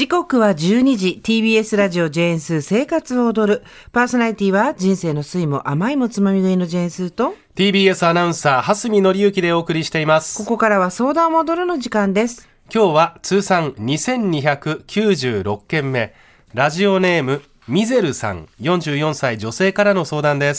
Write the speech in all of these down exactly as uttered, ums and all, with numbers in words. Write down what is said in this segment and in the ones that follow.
時刻はじゅうにじ、 ティービーエス ラジオジェーンスー生活を踊る。パーソナリティは人生の酸いも甘いもつまみ食いのジェーンスーとティービーエス アナウンサー蓮見紀之でお送りしています。 ここからは相談を踊るの時間です。 今日は通算にせんにひゃくきゅうじゅうろっけんめ、ラジオネームミゼルさん、よんじゅうよんさい女性からの相談です。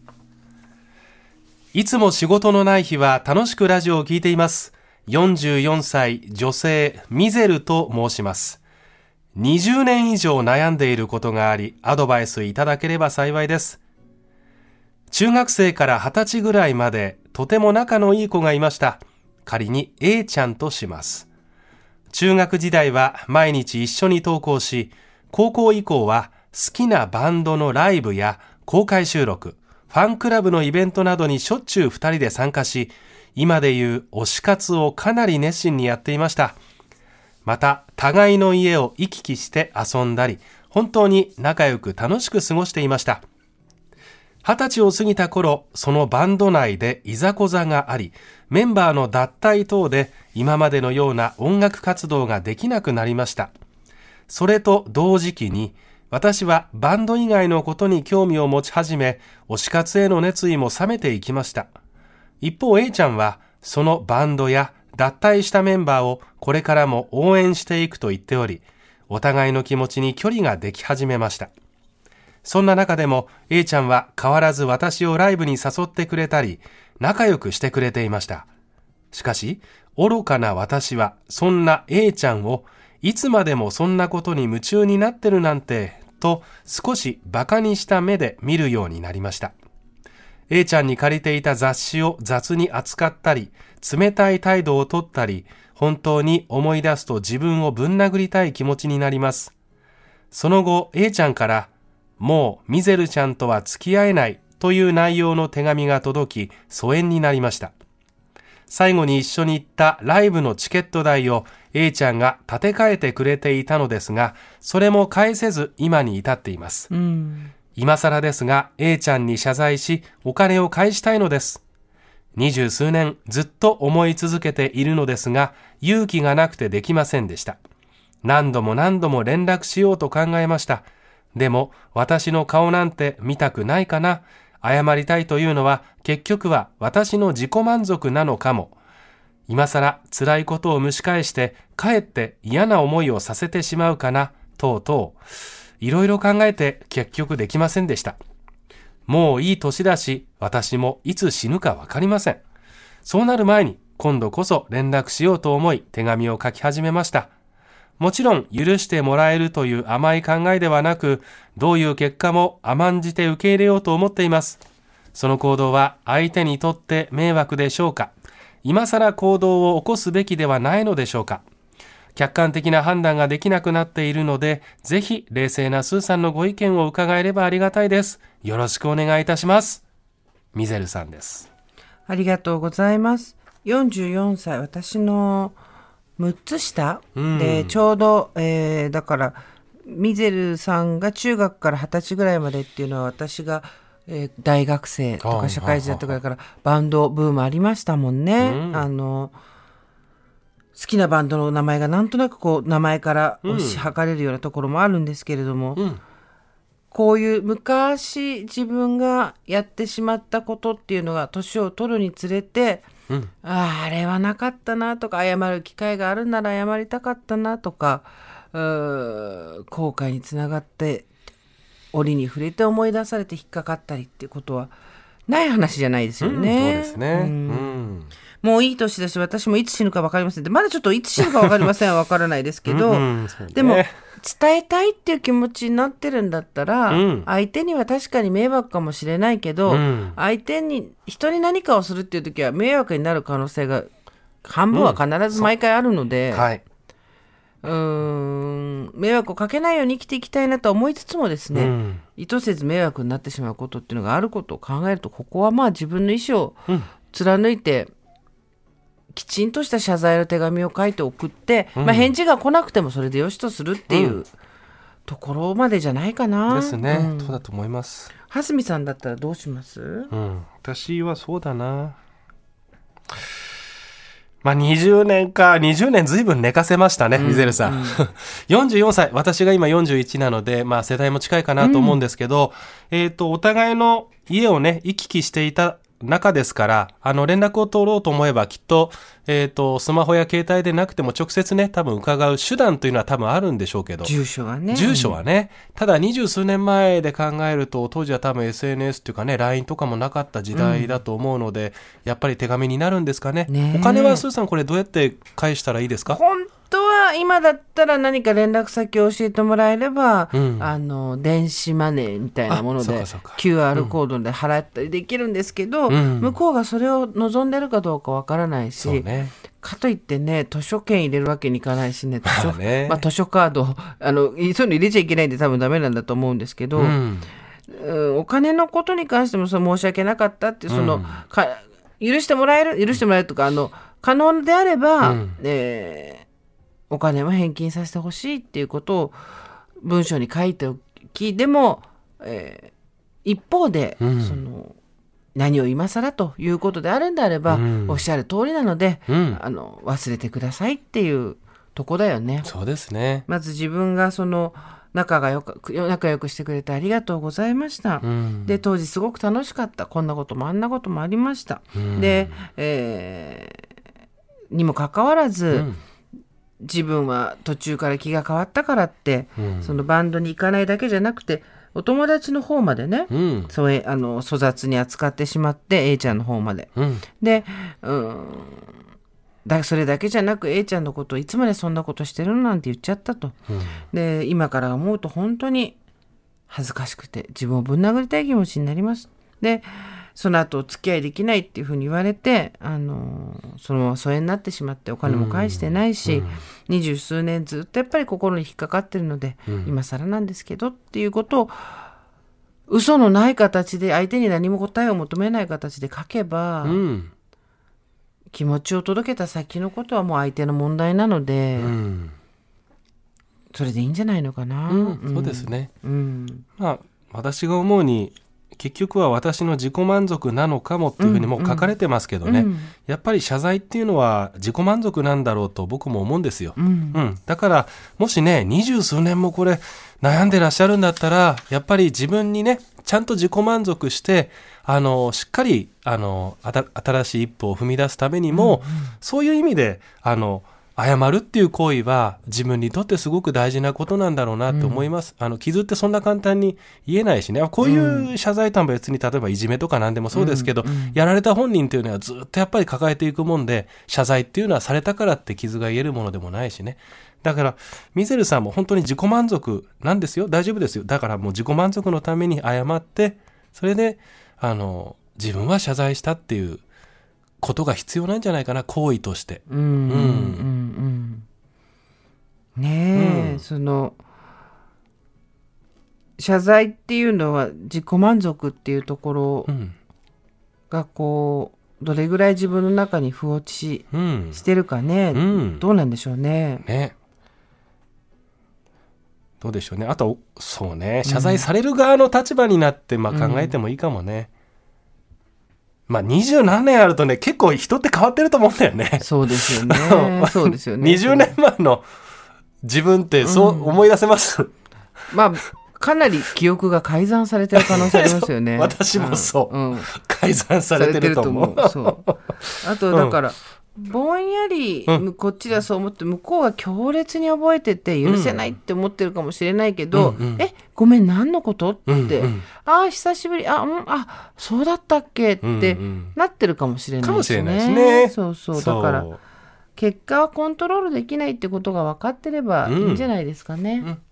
いつも仕事のない日は楽しくラジオを聞いています。よんじゅうよんさい女性ミゼルと申します。にじゅうねん以上悩んでいることがあり、アドバイスいただければ幸いです。中学生からはたちぐらいまでとても仲のいい子がいました。仮に A ちゃんとします。中学時代は毎日一緒に登校し、高校以降は好きなバンドのライブや公開収録、ファンクラブのイベントなどにしょっちゅう二人で参加し、今でいう推し活をかなり熱心にやっていました。また、互いの家を行き来して遊んだり、本当に仲良く楽しく過ごしていました。二十歳を過ぎた頃、そのバンド内でいざこざがあり、メンバーの脱退等で今までのような音楽活動ができなくなりました。それと同時期に、私はバンド以外のことに興味を持ち始め、推し活への熱意も冷めていきました。一方 A ちゃんは、そのバンドや脱退したメンバーをこれからも応援していくと言っており、お互いの気持ちに距離ができ始めました。そんな中でも A ちゃんは変わらず私をライブに誘ってくれたり、仲良くしてくれていました。しかし、愚かな私はそんな A ちゃんをいつまでもそんなことに夢中になってるなんて、と少しバカにした目で見るようになりました。A ちゃんに借りていた雑誌を雑に扱ったり、冷たい態度を取ったり、本当に思い出すと自分をぶん殴りたい気持ちになります。その後 A ちゃんからもうミゼルちゃんとは付き合えないという内容の手紙が届き、疎遠になりました。最後に一緒に行ったライブのチケット代を A ちゃんが立て替えてくれていたのですが、それも返せず今に至っています。うん、今更ですが A ちゃんに謝罪しお金を返したいのです。二十数年ずっと思い続けているのですが、勇気がなくてできませんでした。何度も何度も連絡しようと考えました。でも私の顔なんて見たくないかな。謝りたいというのは結局は私の自己満足なのかも。今更辛いことを蒸し返してかえって嫌な思いをさせてしまうかな、とうとういろいろ考えて結局できませんでした。もういい年だし、私もいつ死ぬかわかりません。そうなる前に今度こそ連絡しようと思い手紙を書き始めました。もちろん許してもらえるという甘い考えではなく、どういう結果も甘んじて受け入れようと思っています。その行動は相手にとって迷惑でしょうか。今更行動を起こすべきではないのでしょうか。客観的な判断ができなくなっているので、ぜひ冷静なスーさんのご意見を伺えればありがたいです。よろしくお願いいたします。ミゼルさんです。 ありがとうございます。よんじゅうよんさい、私のむっつ下、うん、でちょうど、えー、だからミゼルさんが中学からはたちぐらいまでっていうのは、私が、えー、大学生とか社会人だったぐらいからバンドブームありましたもんね、うん、あの好きなバンドの名前がなんとなくこう名前から推し量れるようなところもあるんですけれども、うん、こういう昔自分がやってしまったことっていうのが年を取るにつれて、うん、ああ、あれはなかったなとか、謝る機会があるなら謝りたかったなとか、うー後悔につながって折に触れて思い出されて引っかかったりっていうことはない話じゃないですよね、 うん、そうですね、うんうん、 もういい年だし、私もいつ死ぬか分かりません。でまだちょっといつ死ぬか分かりませんは分からないですけどうん、うんね、でも伝えたいっていう気持ちになってるんだったら、うん、相手には確かに迷惑かもしれないけど、うん、相手に人に何かをするっていう時は迷惑になる可能性が半分は必ず毎回あるので、うんはい、うーん迷惑をかけないように生きていきたいなと思いつつもですね、うん、意図せず迷惑になってしまうことっていうのがあることを考えると、ここはまあ自分の意思を貫いて、うんきちんとした謝罪の手紙を書いて送って、うんまあ、返事が来なくてもそれでよしとするっていう、うん、ところまでじゃないかな。 ですね、うん、そうだと思います。 蓮見さんだったらどうします？ うん、私はそうだな、 まあ、にじゅうねんか、にじゅうねんずいぶん寝かせましたね、ミゼルさん。うん、よんじゅうよんさい、私が今よんじゅういちなので、まあ世代も近いかなと思うんですけど、うん、えっと、お互いの家をね、行き来していた中ですから、あの、連絡を取ろうと思えば、きっと、えっと、スマホや携帯でなくても直接ね、多分伺う手段というのは多分あるんでしょうけど。 住所はね。 住所はね。ただ、二十数年前で考えると、当時は多分 エスエヌエス っていうかね、ライン とかもなかった時代だと思うので、うん、やっぱり手紙になるんですかね。ね、お金はスーさん、これどうやって返したらいいですか？ 本当は今だったら何か連絡先を教えてもらえれば、うん、あの電子マネーみたいなもので キューアール コードで払ったりできるんですけど、うん、向こうがそれを望んでるかどうかわからないし、ね、かといってね図書券入れるわけにいかないしね、図書、ね、まあ、図書カードあのそういうの入れちゃいけないんで多分ダメなんだと思うんですけど、うんうん、お金のことに関してもその申し訳なかったってその、うん、か許してもらえる許してもらえるとかあの可能であれば、うん、えーお金も返金させてほしいっていうことを文章に書いておき、でも、えー、一方で、うん、その何を今更ということであるんであれば、うん、おっしゃる通りなので、うん、あの忘れてくださいっていうとこだよね。 そうですね。 まず自分がその仲がよく仲良くしてくれてありがとうございました、うん、で当時すごく楽しかった、こんなこともあんなこともありました、うん、で、えー、にもかかわらず、うん自分は途中から気が変わったからって、うん、そのバンドに行かないだけじゃなくてお友達の方までね、うん、そうあの粗雑に扱ってしまって A ちゃんの方まで、うん、で、うん、だそれだけじゃなく A ちゃんのことをいつまでそんなことしてるのなんて言っちゃったと、うん、で今から思うと本当に恥ずかしくて自分をぶん殴りたい気持ちになります。でその後お付き合いできないっていうふうに言われて、あのそのまま疎遠になってしまってお金も返してないし、うん、二十数年ずっとやっぱり心に引っかかってるので、うん、今更なんですけどっていうことを嘘のない形で相手に何も答えを求めない形で書けば、うん、気持ちを届けた先のことはもう相手の問題なので、うん、それでいいんじゃないのかな、 うんうん、そうですね、うん、まあ私が思うに結局は私の自己満足なのかもっていうふうにもう書かれてますけどね、うんうん、やっぱり謝罪っていうのは自己満足なんだろうと僕も思うんですよ、うんうん、だからもしね二十数年もこれ悩んでらっしゃるんだったらやっぱり自分にねちゃんと自己満足してあのしっかりあの新しい一歩を踏み出すためにも、うんうん、そういう意味であの謝るっていう行為は自分にとってすごく大事なことなんだろうなって思います、うん、あの傷ってそんな簡単に言えないしね、こういう謝罪とは別に例えばいじめとか何でもそうですけど、うんうん、やられた本人っていうのはずっとやっぱり抱えていくもんで、謝罪っていうのはされたからって傷が癒えるものでもないしね。だからミゼルさんも本当に自己満足なんですよ、大丈夫ですよ。だからもう自己満足のために謝って、それであの自分は謝罪したっていうことが必要なんじゃないかな、行為として。うんうんうんうん、ねえ、うん、その謝罪っていうのは自己満足っていうところがこうどれぐらい自分の中に不落ちしてるかね、うんうん、どうなんでしょうね。 ね、どうでしょうね。あとそうね、謝罪される側の立場になってまあ考えてもいいかもね。うんまあ、二十何年あるとね結構人って変わってると思うんだよね。 そうですよねそうですよね。 にじゅうねんまえの自分ってそう思い出せます、うん、 まあかなり記憶が改ざんされてる可能性ありますよね私もそう、うんうん、改ざんされてると思う。 されてると思う。そうあとだから、うん、ぼんやり、うん、こっちではそう思って向こうは強烈に覚えてて許せないって思ってるかもしれないけど、うんうん、えごめん何のことって、うんうん、あ久しぶりあ、うん、あそうだったっけってなってるかもしれないですね。かもしれないですね。そうそうだから結果はコントロールできないってことが分かってればいいんじゃないですかね、うんうん